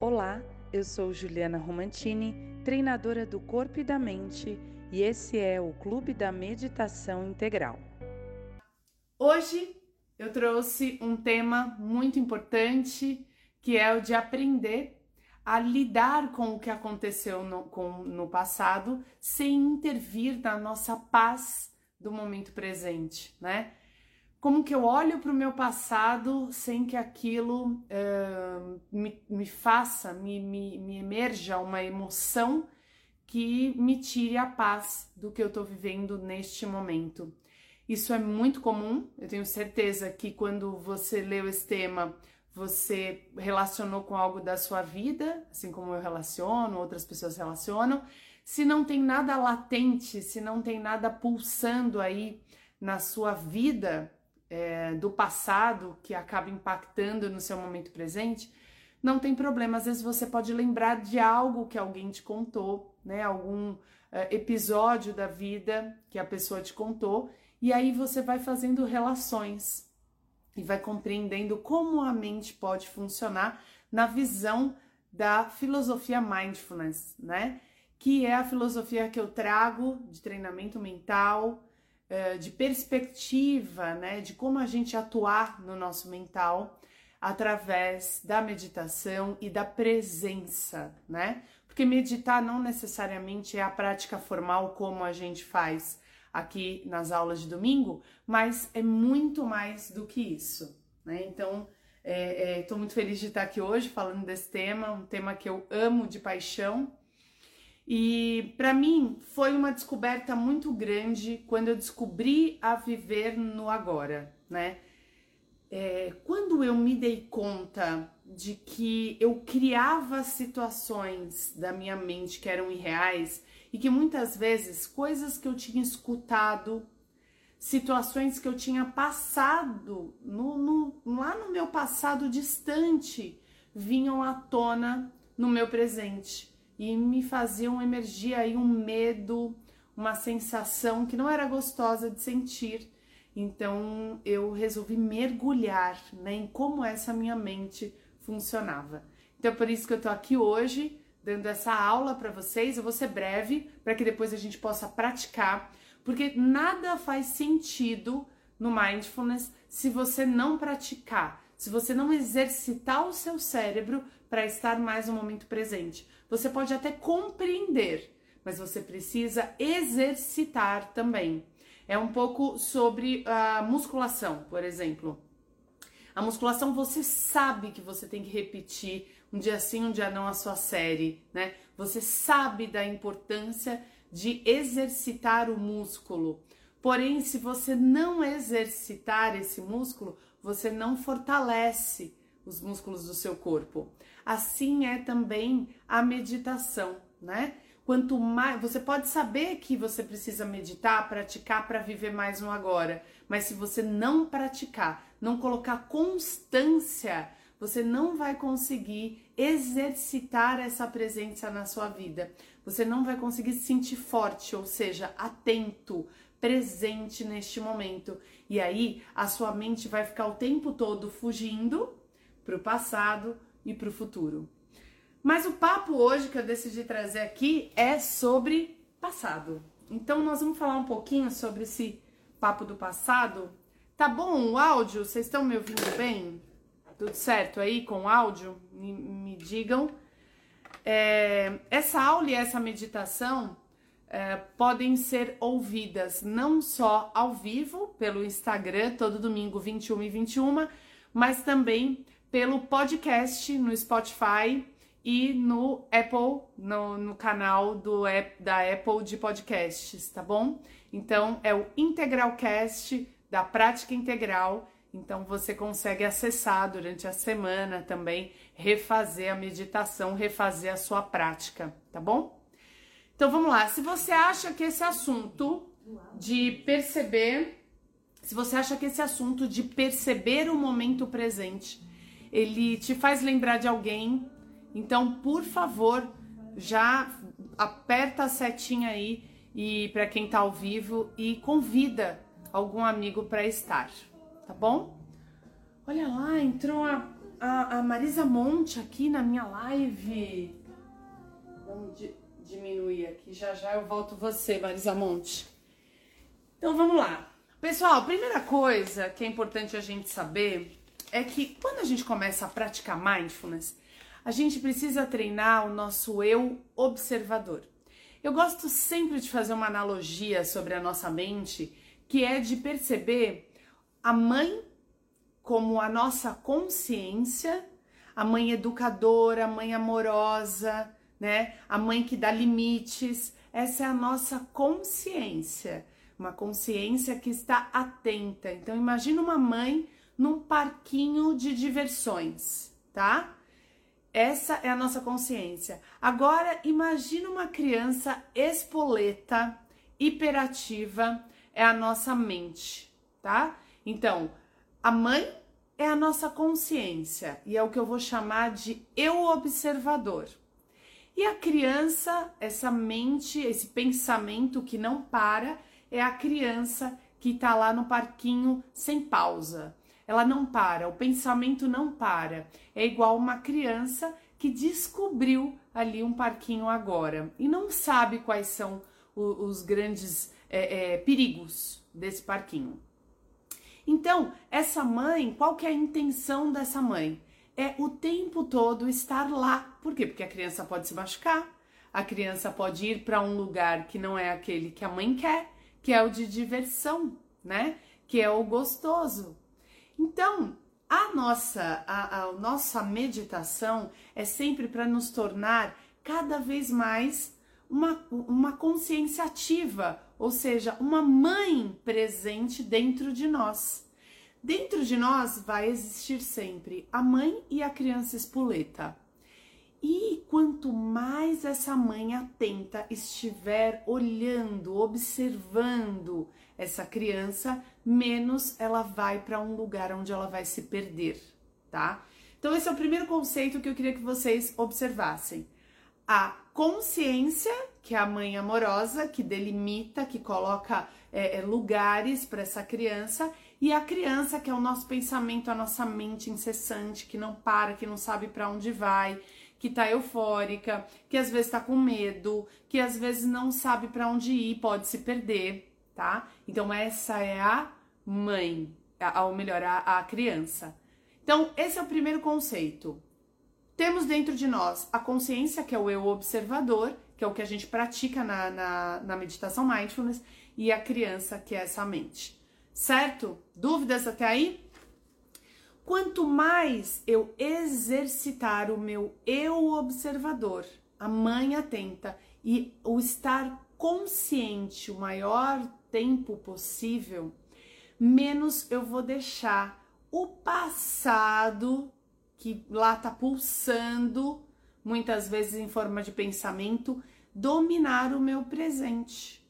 Olá, eu sou Juliana Romantini, treinadora do Corpo e da Mente, e esse é o Clube da Meditação Integral. Hoje eu trouxe um tema muito importante, que é o de aprender a lidar com o que aconteceu no passado sem intervir na nossa paz do momento presente, né? Como que eu olho para o meu passado sem que aquilo me faça, me emerja uma emoção que me tire a paz do que eu estou vivendo neste momento. Isso é muito comum, eu tenho certeza que quando você leu esse tema, você relacionou com algo da sua vida, assim como eu relaciono, outras pessoas relacionam. Se não tem nada latente, se não tem nada pulsando aí na sua vida, do passado que acaba impactando no seu momento presente, não tem problema. Às vezes você pode lembrar de algo que alguém te contou, né? Algum episódio da vida que a pessoa te contou, e aí você vai fazendo relações e vai compreendendo como a mente pode funcionar na visão da filosofia Mindfulness, né? Que é a filosofia que eu trago de treinamento mental, de perspectiva, né, de como a gente atuar no nosso mental através da meditação e da presença, né? Porque meditar não necessariamente é a prática formal como a gente faz aqui nas aulas de domingo, mas é muito mais do que isso, né? Então, estou muito feliz de estar aqui hoje falando desse tema, um tema que eu amo de paixão. E para mim foi uma descoberta muito grande quando eu descobri a viver no agora, né? Quando eu me dei conta de que eu criava situações da minha mente que eram irreais e que muitas vezes coisas que eu tinha escutado, situações que eu tinha passado lá no meu passado distante, vinham à tona no meu presente. E me faziam emergir aí um medo, uma sensação que não era gostosa de sentir. Então eu resolvi mergulhar, né, em como essa minha mente funcionava. Então é por isso que eu tô aqui hoje, dando essa aula para vocês. Eu vou ser breve, para que depois a gente possa praticar, porque nada faz sentido no Mindfulness se você não praticar, se você não exercitar o seu cérebro para estar mais no momento presente. Você pode até compreender, mas você precisa exercitar também. É um pouco sobre a musculação, por exemplo. A musculação, você sabe que você tem que repetir um dia sim, um dia não a sua série, né? Você sabe da importância de exercitar o músculo. Porém, se você não exercitar esse músculo, você não fortalece os músculos do seu corpo. Assim é também a meditação, né? Quanto mais você pode saber que você precisa meditar, praticar para viver mais no agora, mas se você não praticar, não colocar constância, você não vai conseguir exercitar essa presença na sua vida. Você não vai conseguir se sentir forte, ou seja, atento, presente neste momento. E aí a sua mente vai ficar o tempo todo fugindo para o passado e para o futuro. Mas o papo hoje que eu decidi trazer aqui é sobre passado. Então nós vamos falar um pouquinho sobre esse papo do passado. Tá bom o áudio? Vocês estão me ouvindo bem? Tudo certo aí com o áudio? Me digam. Essa aula e essa meditação podem ser ouvidas não só ao vivo pelo Instagram, todo domingo 21 e 21, mas também pelo podcast no Spotify e no Apple, no canal da Apple de podcasts, tá bom? Então é o Integralcast da Prática Integral. Então você consegue acessar durante a semana também, refazer a meditação, refazer a sua prática, tá bom? Então vamos lá. Se você acha que esse assunto de perceber o momento presente, ele te faz lembrar de alguém, então, por favor, já aperta a setinha aí e para quem tá ao vivo e convida algum amigo para estar, tá bom? Olha lá, entrou a Marisa Monte aqui na minha live. Vamos diminuir aqui, já eu volto você, Marisa Monte. Então vamos lá. Pessoal, a primeira coisa que é importante a gente saber é que quando a gente começa a praticar mindfulness, a gente precisa treinar o nosso eu observador. Eu gosto sempre de fazer uma analogia sobre a nossa mente, que é de perceber a mãe como a nossa consciência, a mãe educadora, a mãe amorosa, né? A mãe que dá limites. Essa é a nossa consciência, uma consciência que está atenta. Então imagina uma mãe num parquinho de diversões, tá? Essa é a nossa consciência. Agora imagina uma criança espoleta, hiperativa, é a nossa mente, tá? Então, a mãe é a nossa consciência e é o que eu vou chamar de eu observador. E a criança, essa mente, esse pensamento que não para, é a criança que tá lá no parquinho sem pausa. Ela não para, o pensamento não para. É igual uma criança que descobriu ali um parquinho agora e não sabe quais são os grandes perigos desse parquinho. Então, essa mãe, qual que é a intenção dessa mãe? É o tempo todo estar lá. Por quê? Porque a criança pode se machucar, a criança pode ir para um lugar que não é aquele que a mãe quer, que é o de diversão, né? Que é o gostoso. Então, a nossa meditação é sempre para nos tornar cada vez mais uma consciência ativa, ou seja, uma mãe presente dentro de nós. Dentro de nós vai existir sempre a mãe e a criança espoleta. E quanto mais essa mãe atenta estiver olhando, observando essa criança, menos ela vai para um lugar onde ela vai se perder, tá? Então esse é o primeiro conceito que eu queria que vocês observassem. A consciência, que é a mãe amorosa, que delimita, que coloca lugares para essa criança, e a criança, que é o nosso pensamento, a nossa mente incessante, que não para, que não sabe para onde vai, que tá eufórica, que às vezes tá com medo, que às vezes não sabe para onde ir, pode se perder, tá? Então essa é a mãe, ou melhor, a criança. Então esse é o primeiro conceito. Temos dentro de nós a consciência, que é o eu observador, que é o que a gente pratica na meditação mindfulness, e a criança, que é essa mente. Certo? Dúvidas até aí? Quanto mais eu exercitar o meu eu observador, a mãe atenta, e o estar consciente o maior tempo possível, menos eu vou deixar o passado, que lá tá pulsando, muitas vezes em forma de pensamento, dominar o meu presente.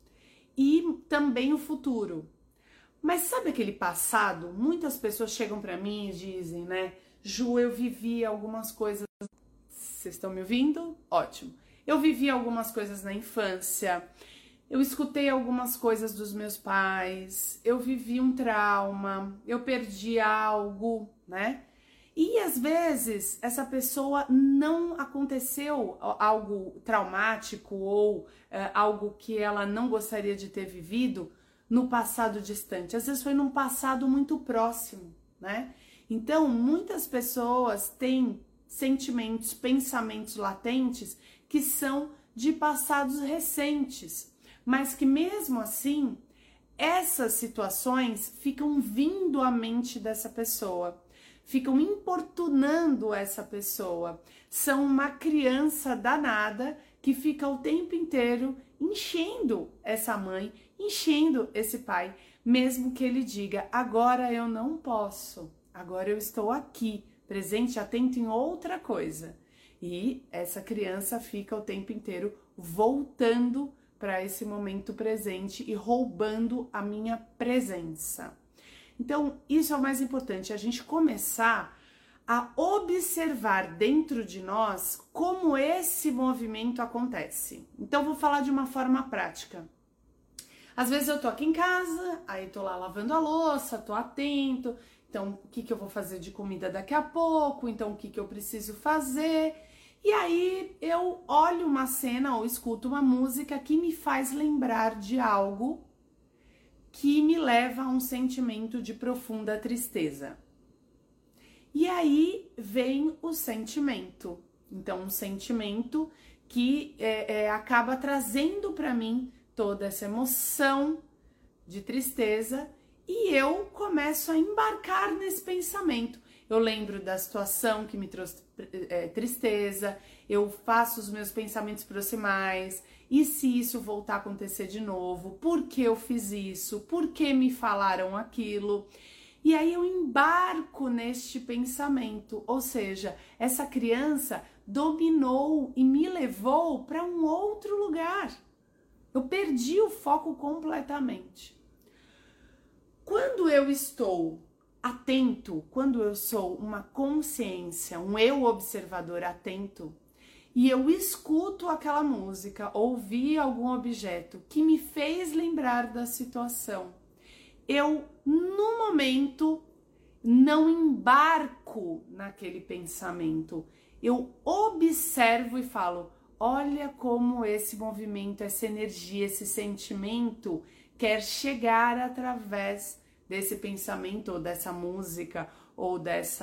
E também o futuro. Mas sabe aquele passado? Muitas pessoas chegam para mim e dizem, né? Ju, eu vivi algumas coisas... Vocês estão me ouvindo? Ótimo. Eu vivi algumas coisas na infância, eu escutei algumas coisas dos meus pais, eu vivi um trauma, eu perdi algo, né? E às vezes essa pessoa não aconteceu algo traumático ou algo que ela não gostaria de ter vivido no passado distante. Às vezes foi num passado muito próximo, né? Então, muitas pessoas têm sentimentos, pensamentos latentes que são de passados recentes, mas que mesmo assim, essas situações ficam vindo à mente dessa pessoa, ficam importunando essa pessoa. São uma criança danada que fica o tempo inteiro enchendo essa mãe, enchendo esse pai, mesmo que ele diga, agora eu não posso, agora eu estou aqui, presente, atento em outra coisa. E essa criança fica o tempo inteiro voltando para esse momento presente e roubando a minha presença. Então, isso é o mais importante, a gente começar a observar dentro de nós como esse movimento acontece. Então, vou falar de uma forma prática. Às vezes eu tô aqui em casa, aí tô lá lavando a louça, tô atento, Então, o que eu vou fazer de comida daqui a pouco? Então, o que eu preciso fazer? E aí eu olho uma cena ou escuto uma música que me faz lembrar de algo que me leva a um sentimento de profunda tristeza. E aí vem o sentimento. Então, um sentimento que acaba trazendo para mim toda essa emoção de tristeza e eu começo a embarcar nesse pensamento. Eu lembro da situação que me trouxe tristeza, eu faço os meus pensamentos proximais, e se isso voltar a acontecer de novo? Por que eu fiz isso? Por que me falaram aquilo? E aí eu embarco neste pensamento, ou seja, essa criança dominou e me levou para um outro lugar. Eu perdi o foco completamente. Quando eu estou atento, quando eu sou uma consciência, um eu observador atento, e eu escuto aquela música, ouvi algum objeto que me fez lembrar da situação, eu, no momento, não embarco naquele pensamento. Eu observo e falo, olha como esse movimento, essa energia, esse sentimento quer chegar através desse pensamento, ou dessa música, ou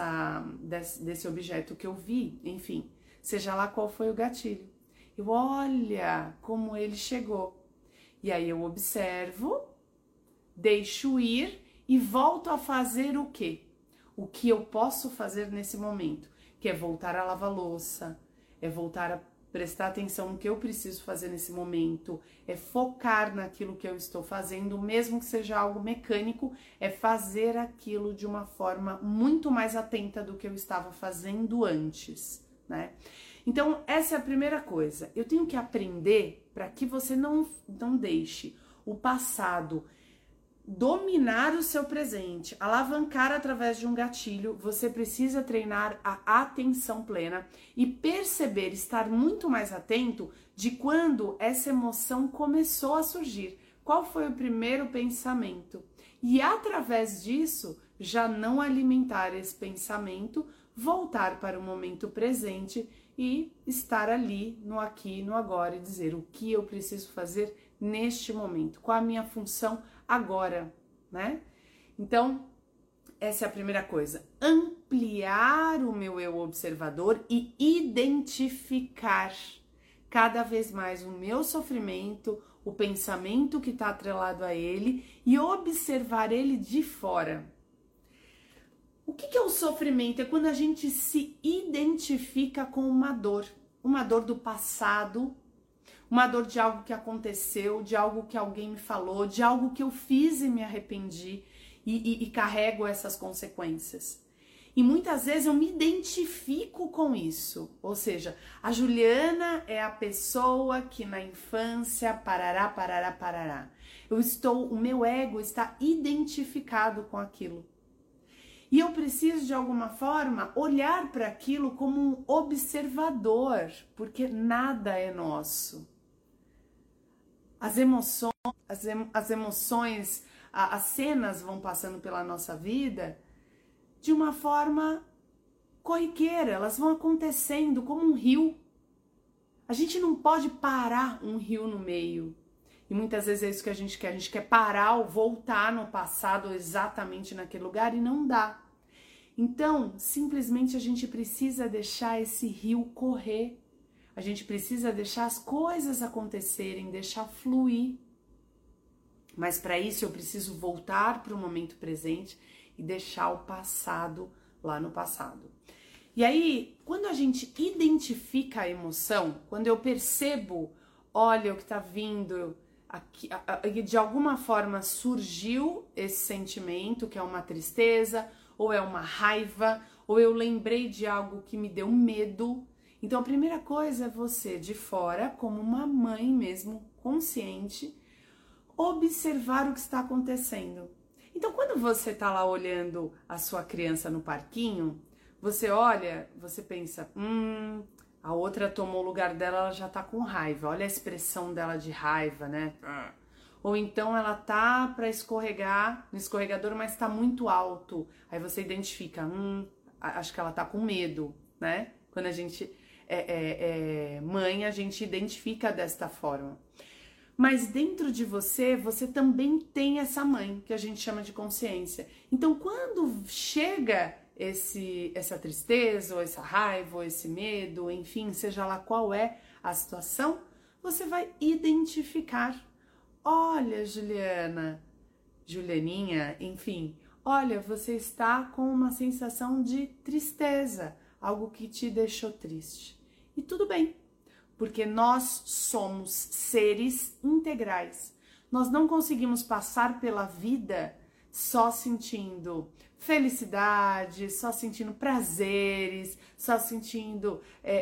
desse objeto que eu vi, enfim, seja lá qual foi o gatilho. Eu olha como ele chegou. E aí eu observo, deixo ir e volto a fazer o quê? O que eu posso fazer nesse momento, que é voltar a lavar louça, é voltar a prestar atenção no que eu preciso fazer nesse momento, é focar naquilo que eu estou fazendo, mesmo que seja algo mecânico, é fazer aquilo de uma forma muito mais atenta do que eu estava fazendo antes, né? Então, essa é a primeira coisa. Eu tenho que aprender para que você não deixe o passado dominar o seu presente, alavancar através de um gatilho. Você precisa treinar a atenção plena e perceber, estar muito mais atento de quando essa emoção começou a surgir. Qual foi o primeiro pensamento? E através disso, já não alimentar esse pensamento, voltar para o momento presente e estar ali no aqui, no agora e dizer o que eu preciso fazer neste momento, qual a minha função agora, né? Então, essa é a primeira coisa, ampliar o meu eu observador e identificar cada vez mais o meu sofrimento, o pensamento que está atrelado a ele e observar ele de fora. O que é o sofrimento? É quando a gente se identifica com uma dor do passado, uma dor de algo que aconteceu, de algo que alguém me falou, de algo que eu fiz e me arrependi e carrego essas consequências. E muitas vezes eu me identifico com isso, ou seja, a Juliana é a pessoa que na infância parará. O meu ego está identificado com aquilo. E eu preciso, de alguma forma, olhar para aquilo como um observador, porque nada é nosso. As emoções, as cenas vão passando pela nossa vida de uma forma corriqueira, elas vão acontecendo como um rio. A gente não pode parar um rio no meio. E muitas vezes é isso que a gente quer parar ou voltar no passado exatamente naquele lugar e não dá. Então, simplesmente a gente precisa deixar esse rio correr. A gente precisa deixar as coisas acontecerem, deixar fluir. Mas para isso eu preciso voltar para o momento presente e deixar o passado lá no passado. E aí, quando a gente identifica a emoção, quando eu percebo, olha o que está vindo, aqui, de alguma forma surgiu esse sentimento, que é uma tristeza, ou é uma raiva, ou eu lembrei de algo que me deu medo. Então a primeira coisa é você, de fora, como uma mãe mesmo, consciente, observar o que está acontecendo. Então quando você está lá olhando a sua criança no parquinho, você olha, você pensa, a outra tomou o lugar dela, ela já tá com raiva, olha a expressão dela de raiva, né? Ou então ela tá para escorregar no escorregador, mas tá muito alto. Aí você identifica, acho que ela tá com medo, né? Quando a gente mãe, a gente identifica desta forma. Mas dentro de você, você também tem essa mãe, que a gente chama de consciência. Então, quando chega essa tristeza, ou essa raiva, ou esse medo, enfim, seja lá qual é a situação, você vai identificar. Olha, Julianinha, enfim, olha, você está com uma sensação de tristeza, algo que te deixou triste. E tudo bem, porque nós somos seres integrais. Nós não conseguimos passar pela vida só sentindo felicidade, só sentindo prazeres, só sentindo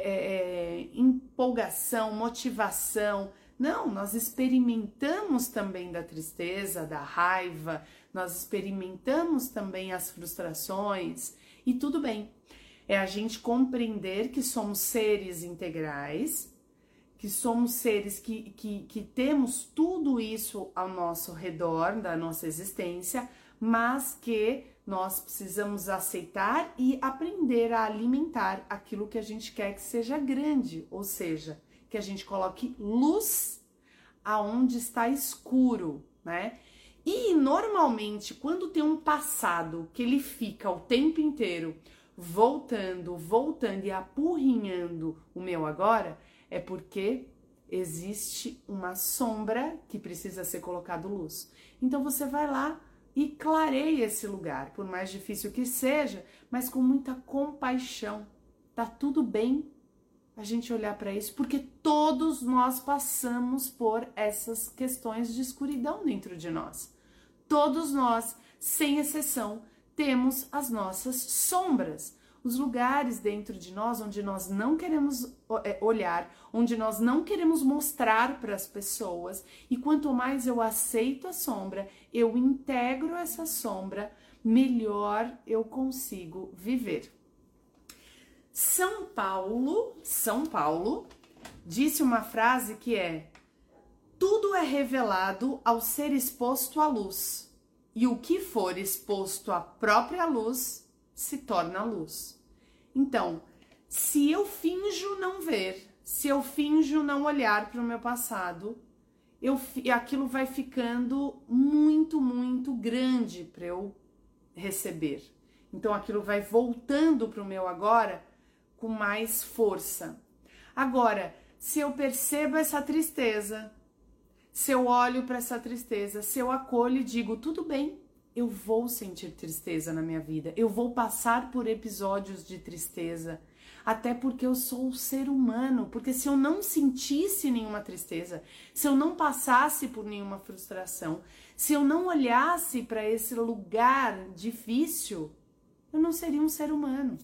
empolgação, motivação. Não, nós experimentamos também da tristeza, da raiva, nós experimentamos também as frustrações e tudo bem. É a gente compreender que somos seres integrais, que somos seres que temos tudo isso ao nosso redor, da nossa existência, mas que nós precisamos aceitar e aprender a alimentar aquilo que a gente quer que seja grande, ou seja, que a gente coloque luz aonde está escuro, né? E normalmente, quando tem um passado que ele fica o tempo inteiro voltando e apurrinhando o meu agora, é porque existe uma sombra que precisa ser colocado luz. Então você vai lá e clareia esse lugar, por mais difícil que seja, mas com muita compaixão. Tá tudo bem a gente olhar para isso, porque todos nós passamos por essas questões de escuridão dentro de nós. Todos nós, sem exceção, temos as nossas sombras, os lugares dentro de nós onde nós não queremos olhar, onde nós não queremos mostrar para as pessoas. E quanto mais eu aceito a sombra, eu integro essa sombra, melhor eu consigo viver. São Paulo disse uma frase que é: tudo é revelado ao ser exposto à luz, e o que for exposto à própria luz se torna luz. Então, se eu finjo não ver, se eu finjo não olhar para o meu passado, aquilo vai ficando muito, muito grande para eu receber. Então, aquilo vai voltando para o meu agora com mais força. Agora, se eu percebo essa tristeza, se eu olho para essa tristeza, se eu acolho e digo, tudo bem, eu vou sentir tristeza na minha vida, eu vou passar por episódios de tristeza, até porque eu sou um ser humano, porque se eu não sentisse nenhuma tristeza, se eu não passasse por nenhuma frustração, se eu não olhasse para esse lugar difícil, eu não seria um ser humano.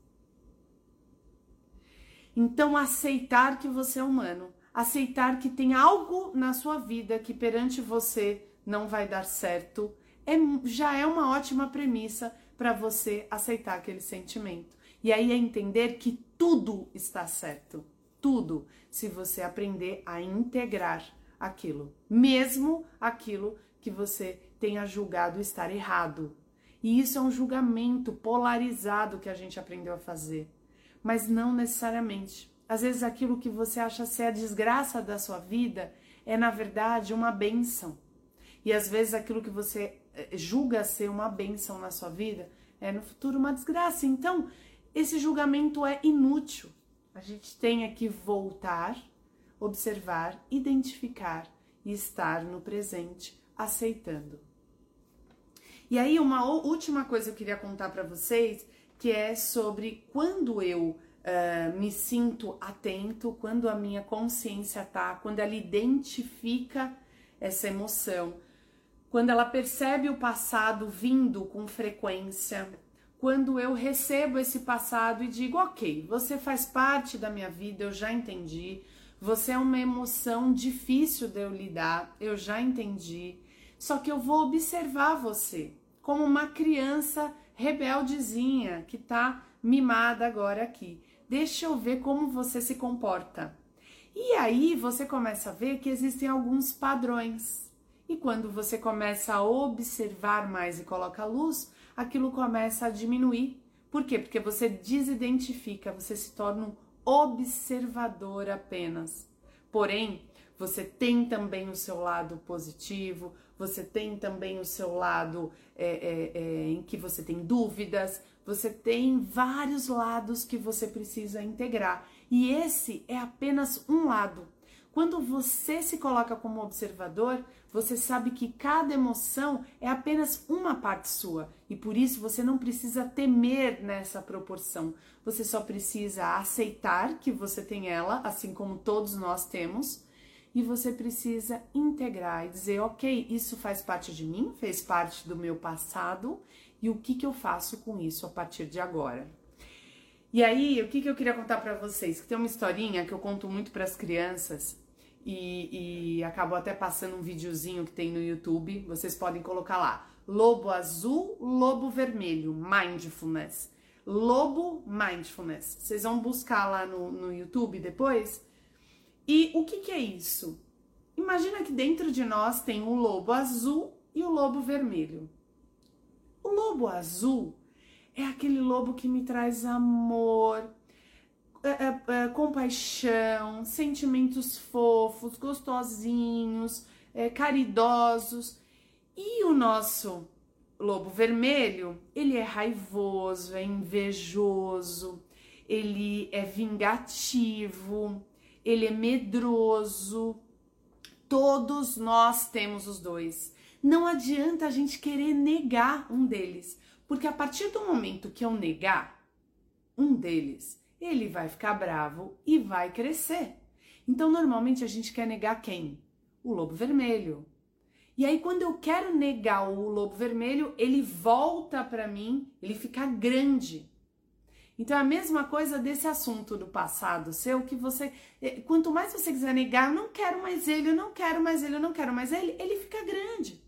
Então, aceitar que você é humano, aceitar que tem algo na sua vida que perante você não vai dar certo, já é uma ótima premissa para você aceitar aquele sentimento. E aí é entender que tudo está certo, tudo, se você aprender a integrar aquilo, mesmo aquilo que você tenha julgado estar errado. E isso é um julgamento polarizado que a gente aprendeu a fazer, mas não necessariamente. Às vezes aquilo que você acha ser a desgraça da sua vida é, na verdade, uma bênção. E às vezes aquilo que você julga ser uma bênção na sua vida é no futuro uma desgraça. Então, esse julgamento é inútil. A gente tem que voltar, observar, identificar e estar no presente, aceitando. E aí, uma última coisa que eu queria contar para vocês, que é sobre quando eu me sinto atento, quando a minha consciência tá, quando ela identifica essa emoção, quando ela percebe o passado vindo com frequência, quando eu recebo esse passado e digo, ok, você faz parte da minha vida, eu já entendi, você é uma emoção difícil de eu lidar, eu já entendi, só que eu vou observar você como uma criança rebeldezinha que tá mimada agora aqui. Deixa eu ver como você se comporta. E aí você começa a ver que existem alguns padrões. E quando você começa a observar mais e coloca a luz, aquilo começa a diminuir. Por quê? Porque você desidentifica, você se torna um observador apenas. Porém, você tem também o seu lado positivo, você tem também o seu lado em que você tem dúvidas, você tem vários lados que você precisa integrar. E esse é apenas um lado. Quando você se coloca como observador, você sabe que cada emoção é apenas uma parte sua e por isso você não precisa temer nessa proporção. Você só precisa aceitar que você tem ela, assim como todos nós temos, e você precisa integrar e dizer, ok, isso faz parte de mim, fez parte do meu passado e o que eu faço com isso a partir de agora. E aí, o que eu queria contar pra vocês? Que tem uma historinha que eu conto muito pras crianças e acabou até passando um videozinho que tem no YouTube. Vocês podem colocar lá, lobo azul, lobo vermelho, mindfulness. Lobo mindfulness. Vocês vão buscar lá no YouTube depois. E o que é isso? Imagina que dentro de nós tem o lobo azul e o lobo vermelho. O lobo azul é aquele lobo que me traz amor, compaixão, sentimentos fofos, gostosinhos, caridosos. E o nosso lobo vermelho, ele é raivoso, é invejoso, ele é vingativo, ele é medroso. Todos nós temos os dois. Não adianta a gente querer negar um deles, porque a partir do momento que eu negar um deles, ele vai ficar bravo e vai crescer. Então, normalmente, a gente quer negar quem? O lobo vermelho. E aí, quando eu quero negar o lobo vermelho, ele volta para mim, ele fica grande. Então, é a mesma coisa desse assunto do passado seu, que você, quanto mais você quiser negar, eu não quero mais ele, eu não quero mais ele, eu não quero mais ele fica grande.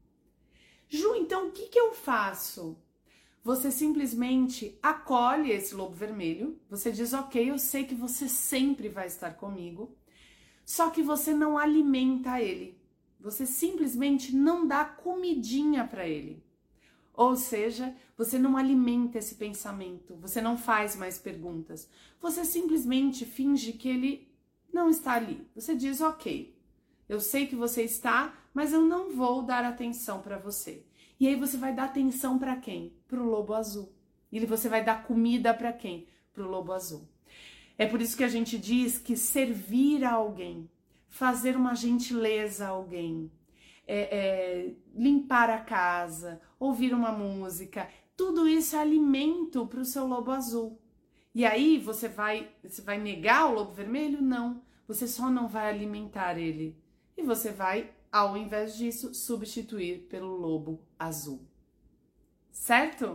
Ju, então, o que eu faço? Você simplesmente acolhe esse lobo vermelho, você diz, ok, eu sei que você sempre vai estar comigo, só que você não alimenta ele, você simplesmente não dá comidinha para ele. Ou seja, você não alimenta esse pensamento, você não faz mais perguntas, você simplesmente finge que ele não está ali. Você diz, ok, eu sei que você está, mas eu não vou dar atenção para você. E aí você vai dar atenção para quem? Para o lobo azul. E você vai dar comida para quem? Para o lobo azul. É por isso que a gente diz que servir a alguém, fazer uma gentileza a alguém, limpar a casa, ouvir uma música, tudo isso é alimento para o seu lobo azul. E aí você vai negar o lobo vermelho? Não, você só não vai alimentar ele. E você vai, ao invés disso, substituir pelo lobo azul. Certo?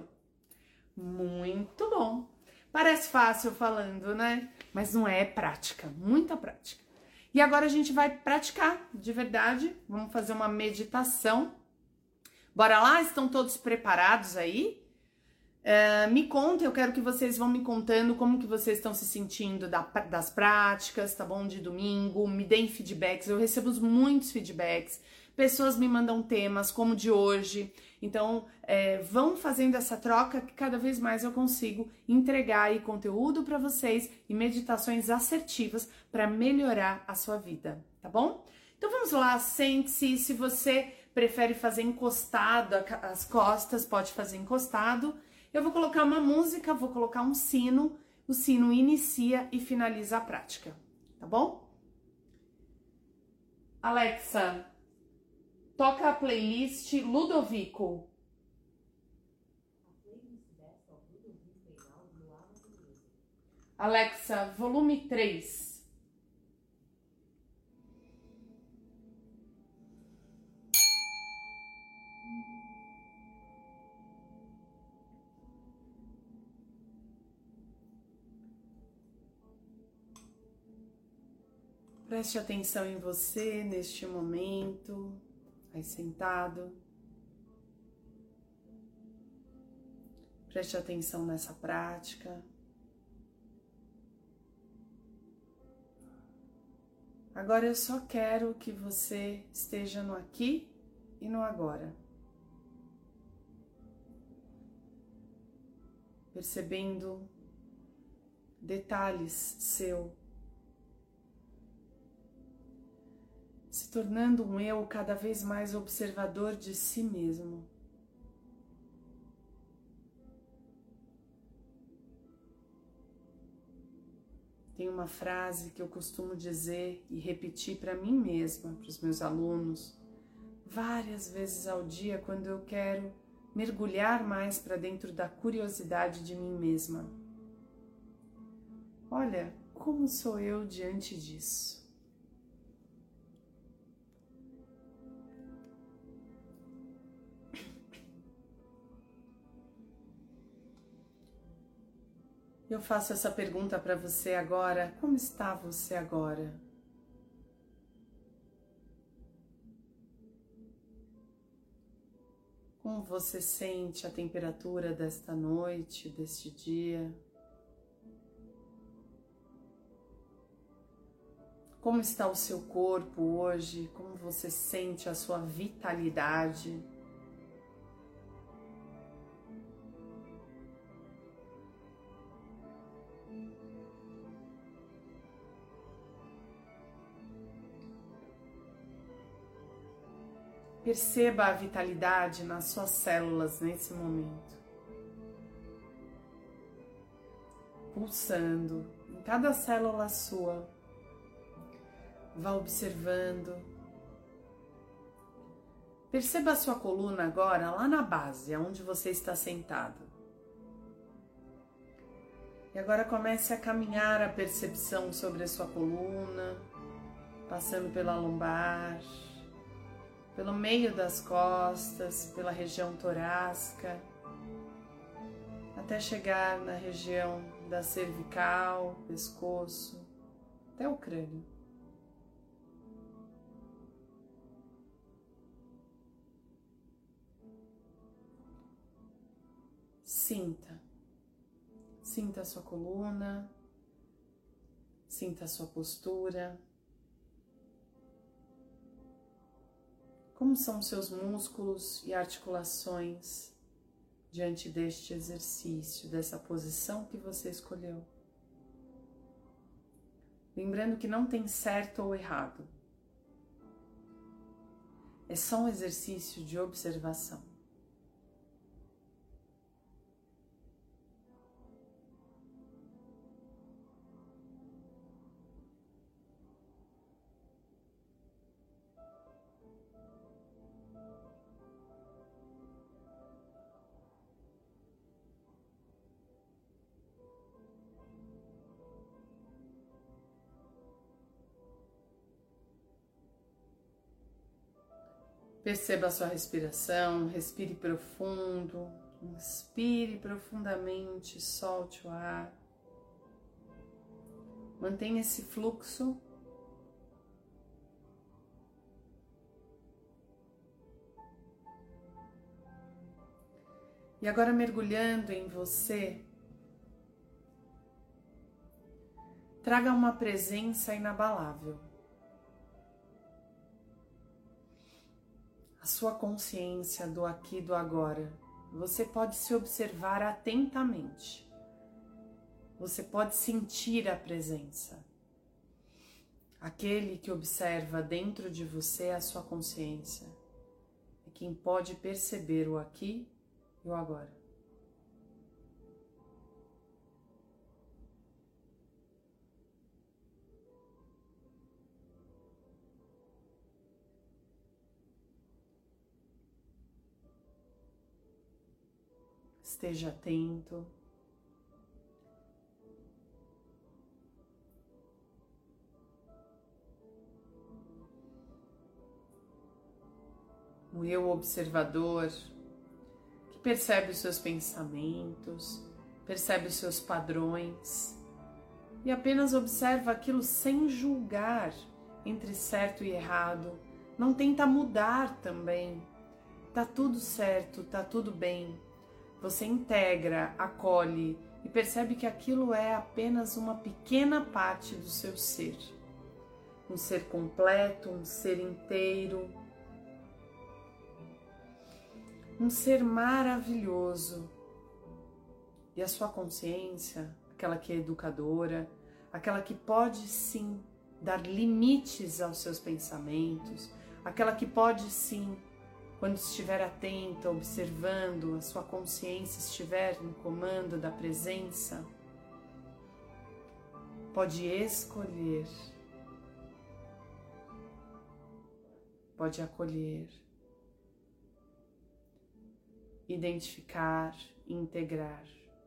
Muito bom. Parece fácil falando, né? Mas não é, prática, muita prática. E agora a gente vai praticar de verdade. Vamos fazer uma meditação. Bora lá? Estão todos preparados aí? Me contem, eu quero que vocês vão me contando como que vocês estão se sentindo das práticas, tá bom? De domingo, me deem feedbacks, eu recebo muitos feedbacks, pessoas me mandam temas como o de hoje, então vão fazendo essa troca que cada vez mais eu consigo entregar aí conteúdo para vocês e meditações assertivas para melhorar a sua vida, tá bom? Então vamos lá, sente-se, se você prefere fazer encostado as costas, pode fazer encostado. Eu vou colocar uma música, vou colocar um sino, o sino inicia e finaliza a prática, tá bom? Alexa, toca a playlist Ludovico. Alexa, volume 3. Preste atenção em você neste momento, aí sentado. Preste atenção nessa prática. Agora eu só quero que você esteja no aqui e no agora. Percebendo detalhes seu, se tornando um eu cada vez mais observador de si mesmo. Tem uma frase que eu costumo dizer e repetir para mim mesma, para os meus alunos, várias vezes ao dia, quando eu quero mergulhar mais para dentro da curiosidade de mim mesma. Olha, como sou eu diante disso? Eu faço essa pergunta para você agora. Como está você agora? Como você sente a temperatura desta noite, deste dia? Como está o seu corpo hoje? Como você sente a sua vitalidade? Perceba a vitalidade nas suas células nesse momento. Pulsando em cada célula sua. Vá observando. Perceba a sua coluna agora lá na base, onde você está sentado. E agora comece a caminhar a percepção sobre a sua coluna, passando pela lombar, pelo meio das costas, pela região torácica, até chegar na região da cervical, pescoço, até o crânio. Sinta a sua coluna, sinta a sua postura. Como são os seus músculos e articulações diante deste exercício, dessa posição que você escolheu? Lembrando que não tem certo ou errado. É só um exercício de observação. Perceba a sua respiração, respire profundo, inspire profundamente, solte o ar. Mantenha esse fluxo. E agora mergulhando em você, traga uma presença inabalável. A sua consciência do aqui e do agora. Você pode se observar atentamente. Você pode sentir a presença. Aquele que observa dentro de você a sua consciência é quem pode perceber o aqui e o agora. Esteja atento. O eu observador que percebe os seus pensamentos, percebe os seus padrões e apenas observa aquilo sem julgar entre certo e errado. Não tenta mudar também. Tá tudo certo, tá tudo bem. Você integra, acolhe e percebe que aquilo é apenas uma pequena parte do seu ser. Um ser completo, um ser inteiro. um ser maravilhoso. E a sua consciência, aquela que é educadora, aquela que pode sim dar limites aos seus pensamentos, aquela que pode sim, quando estiver atenta, observando, a sua consciência estiver no comando da presença, pode escolher, pode acolher, identificar, integrar.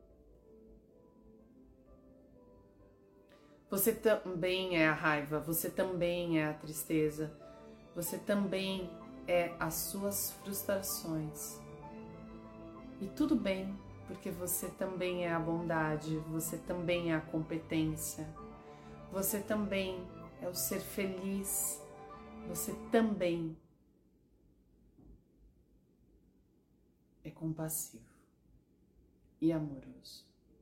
Você também é a raiva, você também é a tristeza, você também é as suas frustrações. E tudo bem, porque você também é a bondade, você também é a competência, você também é o ser feliz, você também é compassivo e amoroso.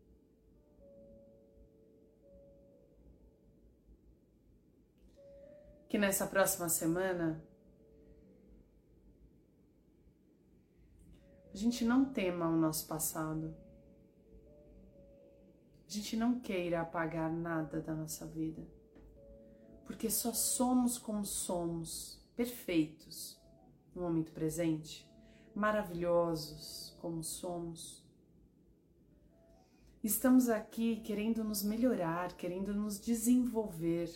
Que nessa próxima semana a gente não tema o nosso passado, a gente não queira apagar nada da nossa vida, porque só somos como somos, perfeitos no momento presente, maravilhosos como somos. Estamos aqui querendo nos melhorar, querendo nos desenvolver,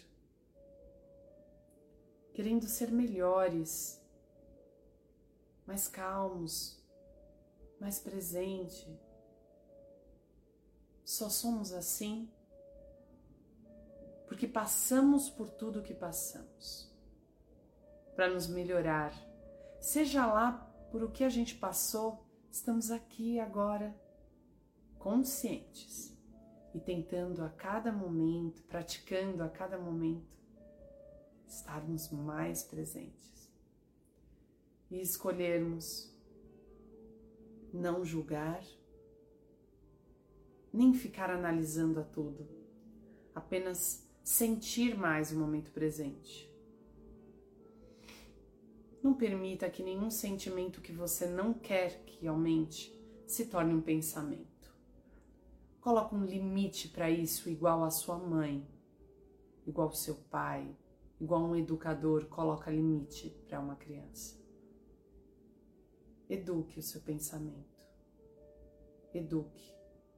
querendo ser melhores, mais calmos, mais presente. Só somos assim porque passamos por tudo que passamos para nos melhorar. Seja lá por o que a gente passou, estamos aqui agora conscientes e tentando a cada momento, praticando a cada momento, estarmos mais presentes e escolhermos não julgar, nem ficar analisando a tudo, apenas sentir mais o momento presente. Não permita que nenhum sentimento que você não quer que aumente se torne um pensamento. Coloque um limite para isso, igual a sua mãe, igual ao seu pai, igual um educador coloca limite para uma criança. Eduque o seu pensamento. Eduque.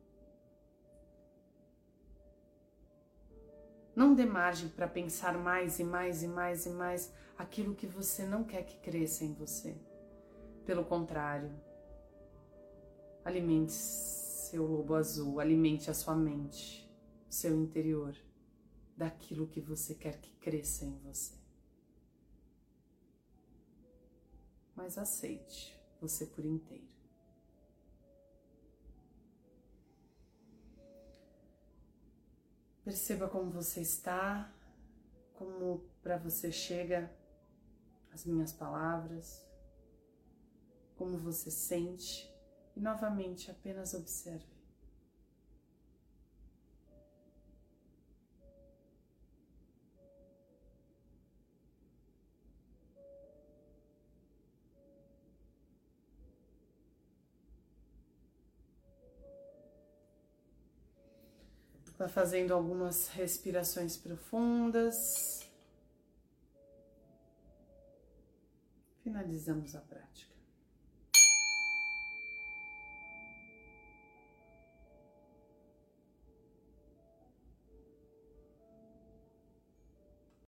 Não dê margem para pensar mais e mais e mais e mais aquilo que você não quer que cresça em você. Pelo contrário, alimente seu lobo azul, alimente a sua mente, o seu interior, daquilo que você quer que cresça em você. Mas aceite você por inteiro. Perceba como você está, como para você chega as minhas palavras, como você sente e novamente apenas observe. Vai fazendo algumas respirações profundas. Finalizamos a prática.